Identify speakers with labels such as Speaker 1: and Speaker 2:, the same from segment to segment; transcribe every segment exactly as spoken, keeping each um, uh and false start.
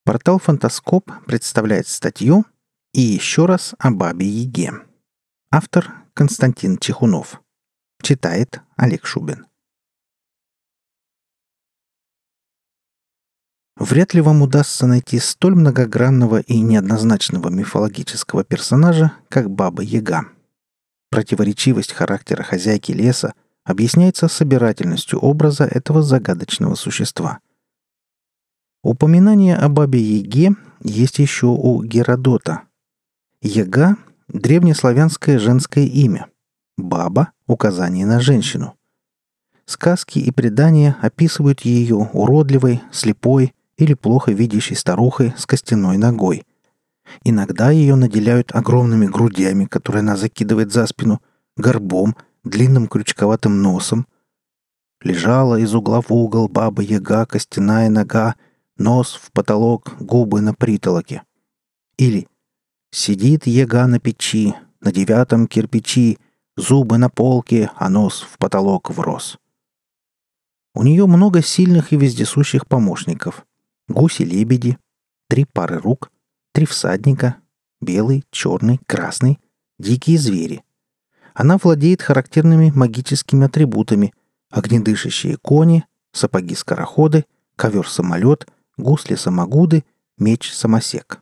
Speaker 1: Портал «Фантаскоп» представляет статью «И еще раз о Бабе-Яге». Автор Константин Чехунов. Читает Олег Шубин. Вряд ли вам удастся найти столь многогранного и неоднозначного мифологического персонажа, как Баба-Яга. Противоречивость характера хозяйки леса объясняется собирательностью образа этого загадочного существа. Упоминание о Бабе-Яге есть еще у Геродота. Яга – древнеславянское женское имя. Баба – указание на женщину. Сказки и предания описывают ее уродливой, слепой или плохо видящей старухой с костяной ногой. Иногда ее наделяют огромными грудями, которые она закидывает за спину, горбом, длинным крючковатым носом. Лежала из угла в угол Баба-Яга, костяная нога, нос в потолок, губы на притолоке. Или сидит Яга на печи, на девятом кирпичи, зубы на полке, а нос в потолок врос. У нее много сильных и вездесущих помощников. Гуси-лебеди, три пары рук, три всадника, белый, черный, красный, дикие звери. Она владеет характерными магическими атрибутами: огнедышащие кони, сапоги-скороходы, ковер-самолет, гусли-самогуды, меч-самосек.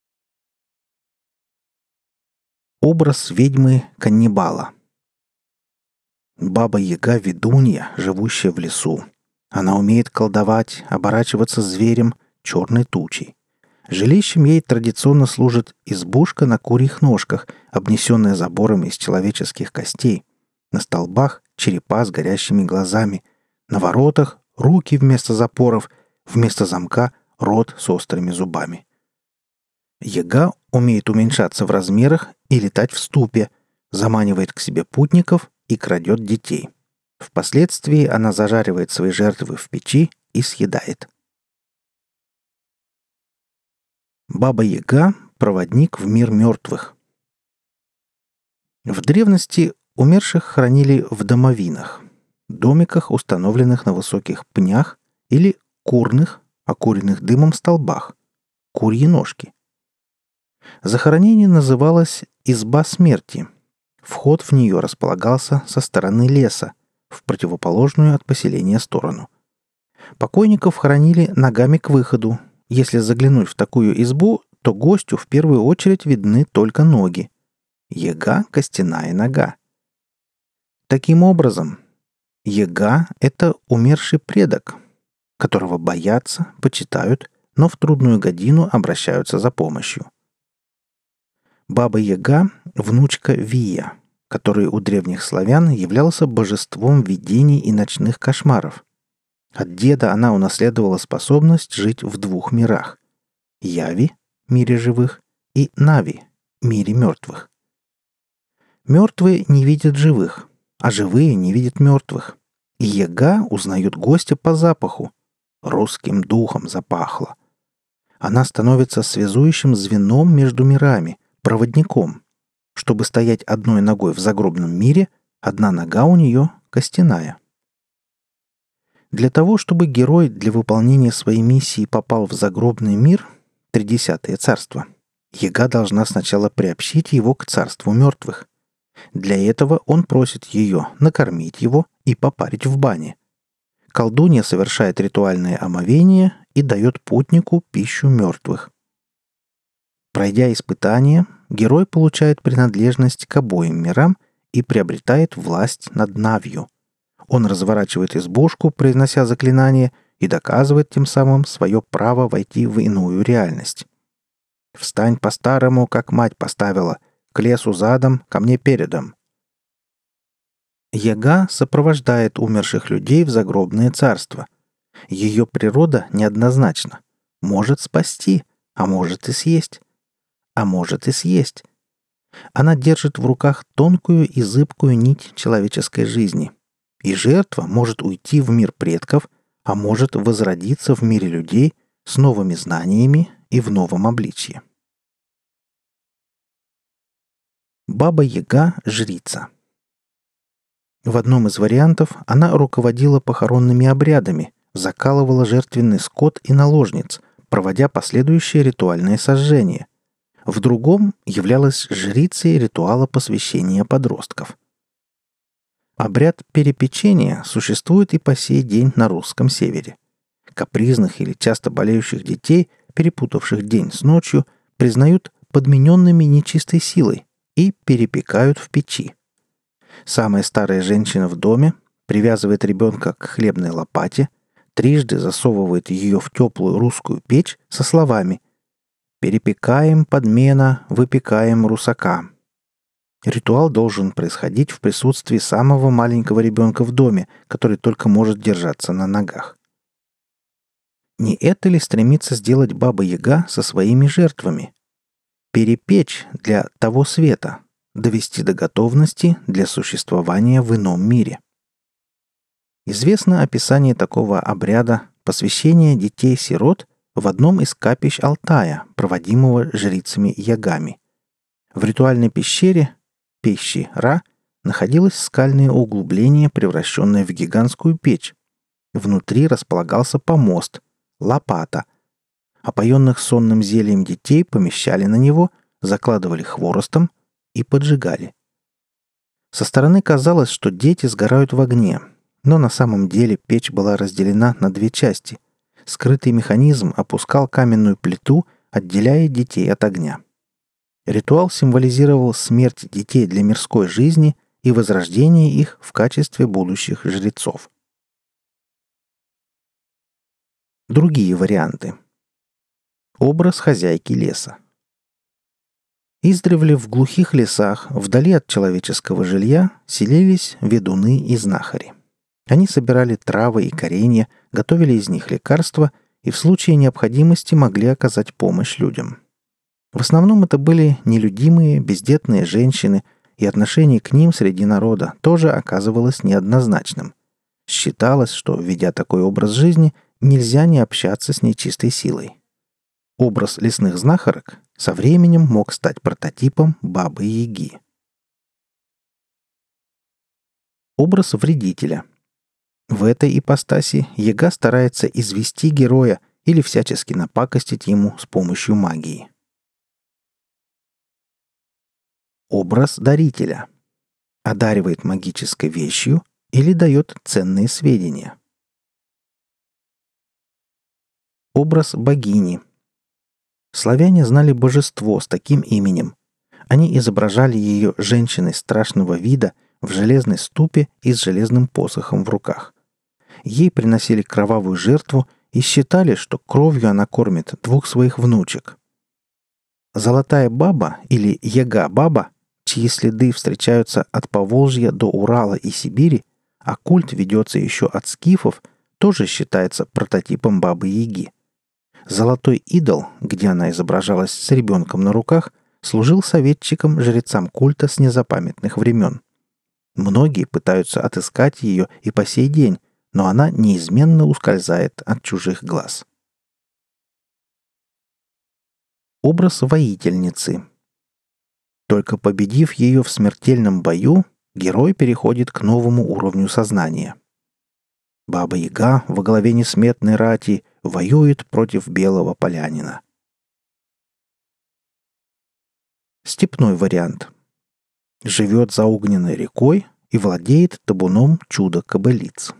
Speaker 1: Образ ведьмы-каннибала. Баба-Яга — ведунья, живущая в лесу. Она умеет колдовать, оборачиваться зверем, черной тучей. Жилищем ей традиционно служит избушка на курьих ножках, обнесенная забором из человеческих костей. На столбах — черепа с горящими глазами. На воротах — руки вместо запоров, вместо замка — рот с острыми зубами. Яга умеет уменьшаться в размерах и летать в ступе, заманивает к себе путников и крадет детей. Впоследствии она зажаривает свои жертвы в печи и съедает. Баба-Яга – проводник в мир мертвых. В древности умерших хоронили в домовинах, домиках, установленных на высоких пнях, или курных, окуренных дымом столбах, курьи ножки. Захоронение называлось «изба смерти». Вход в нее располагался со стороны леса, в противоположную от поселения сторону. Покойников хоронили ногами к выходу. Если заглянуть в такую избу, то гостю в первую очередь видны только ноги. Яга – костяная нога. Таким образом, Яга – это умерший предок, которого боятся, почитают, но в трудную годину обращаются за помощью. Баба-Яга – внучка Вия, который у древних славян являлся божеством видений и ночных кошмаров. От деда она унаследовала способность жить в двух мирах – Яви – мире живых и Нави – мире мертвых. Мертвые не видят живых, а живые не видят мертвых. И Яга узнает гостя по запаху. Русским духом запахло. Она становится связующим звеном между мирами, проводником. Чтобы стоять одной ногой в загробном мире, одна нога у нее костяная. Для того, чтобы герой для выполнения своей миссии попал в загробный мир, тридесятое царство, Яга должна сначала приобщить его к царству мертвых. Для этого он просит ее накормить его и попарить в бане. Колдунья совершает ритуальное омовение и дает путнику пищу мертвых. Пройдя испытание, герой получает принадлежность к обоим мирам и приобретает власть над Навью. Он разворачивает избушку, произнося заклинание, и доказывает тем самым свое право войти в иную реальность. «Встань по-старому, как мать поставила, к лесу задом, ко мне передом». Яга сопровождает умерших людей в загробное царство. Ее природа неоднозначна. Может спасти, а может и съесть. А может и съесть. Она держит в руках тонкую и зыбкую нить человеческой жизни. И жертва может уйти в мир предков, а может возродиться в мире людей с новыми знаниями и в новом обличье. Баба-Яга – жрица. В одном из вариантов она руководила похоронными обрядами, закалывала жертвенный скот и наложниц, проводя последующее ритуальное сожжение. В другом являлась жрицей ритуала посвящения подростков. Обряд перепечения существует и по сей день на русском севере. Капризных или часто болеющих детей, перепутавших день с ночью, признают подмененными нечистой силой и перепекают в печи. Самая старая женщина в доме привязывает ребенка к хлебной лопате, трижды засовывает ее в теплую русскую печь со словами «Перепекаем подмена, выпекаем русака». Ритуал должен происходить в присутствии самого маленького ребенка в доме, который только может держаться на ногах. Не это ли стремится сделать Баба-Яга со своими жертвами? Перепечь для того света, довести до готовности для существования в ином мире. Известно описание такого обряда посвящения детей-сирот в одном из капищ Алтая, проводимого жрицами-ягами. В ритуальной пещере пещи Ра находилось скальное углубление, превращенное в гигантскую печь. Внутри располагался помост, лопата. Опоенных сонным зельем детей помещали на него, закладывали хворостом и поджигали. Со стороны казалось, что дети сгорают в огне, но на самом деле печь была разделена на две части. Скрытый механизм опускал каменную плиту, отделяя детей от огня. Ритуал символизировал смерть детей для мирской жизни и возрождение их в качестве будущих жрецов. Другие варианты. Образ хозяйки леса. Издревле в глухих лесах, вдали от человеческого жилья, селились ведуны и знахари. Они собирали травы и коренья, готовили из них лекарства и в случае необходимости могли оказать помощь людям. В основном это были нелюдимые, бездетные женщины, и отношение к ним среди народа тоже оказывалось неоднозначным. Считалось, что, ведя такой образ жизни, нельзя не общаться с нечистой силой. Образ лесных знахарок со временем мог стать прототипом Бабы-Яги. Образ вредителя. В этой ипостаси Яга старается извести героя или всячески напакостить ему с помощью магии. Образ дарителя. Одаривает магической вещью или дает ценные сведения. Образ богини. Славяне знали божество с таким именем. Они изображали ее женщиной страшного вида в железной ступе и с железным посохом в руках. Ей приносили кровавую жертву и считали, что кровью она кормит двух своих внучек. Золотая баба или Яга-баба, чьи следы встречаются от Поволжья до Урала и Сибири, а культ ведется еще от скифов, тоже считается прототипом Бабы-Яги. Золотой идол, где она изображалась с ребенком на руках, служил советчиком жрецам культа с незапамятных времен. Многие пытаются отыскать ее и по сей день, но она неизменно ускользает от чужих глаз. Образ воительницы. Только победив ее в смертельном бою, герой переходит к новому уровню сознания. Баба-Яга во главе несметной рати воюет против белого полянина. Степной вариант. Живет за огненной рекой и владеет табуном чудо-кобылиц.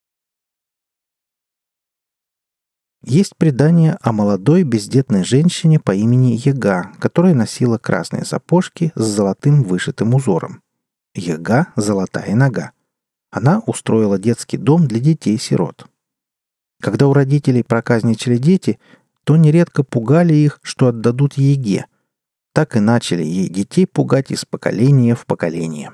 Speaker 1: Есть предание о молодой бездетной женщине по имени Яга, которая носила красные сапожки с золотым вышитым узором. Яга – золотая нога. Она устроила детский дом для детей-сирот. Когда у родителей проказничали дети, то нередко пугали их, что отдадут Яге. Так и начали ей детей пугать из поколения в поколение.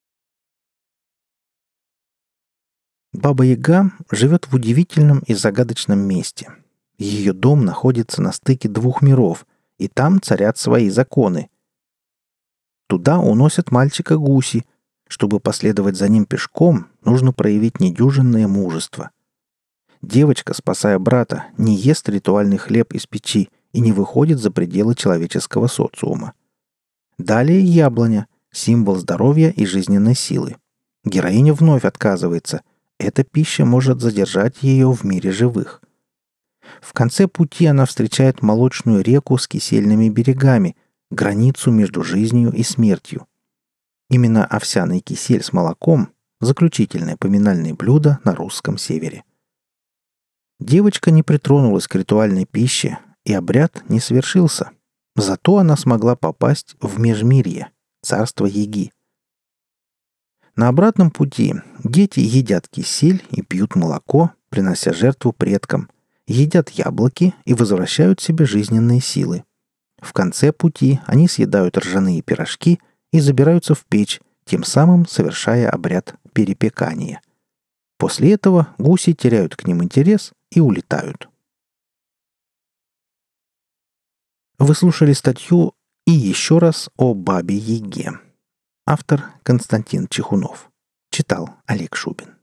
Speaker 1: Баба-Яга живет в удивительном и загадочном месте. Ее дом находится на стыке двух миров, и там царят свои законы. Туда уносят мальчика гуси. Чтобы последовать за ним пешком, нужно проявить недюжинное мужество. Девочка, спасая брата, не ест ритуальный хлеб из печи и не выходит за пределы человеческого социума. Далее яблоня – символ здоровья и жизненной силы. Героиня вновь отказывается. Эта пища может задержать ее в мире живых. В конце пути она встречает молочную реку с кисельными берегами, границу между жизнью и смертью. Именно овсяный кисель с молоком – заключительное поминальное блюдо на русском севере. Девочка не притронулась к ритуальной пище, и обряд не свершился. Зато она смогла попасть в Межмирье, царство Яги. На обратном пути дети едят кисель и пьют молоко, принося жертву предкам, едят яблоки и возвращают себе жизненные силы. В конце пути они съедают ржаные пирожки и забираются в печь, тем самым совершая обряд перепекания. После этого гуси теряют к ним интерес и улетают. Вы слушали статью «И еще раз о Бабе Яге». Автор Константин Чехунов. Читал Олег Шубин.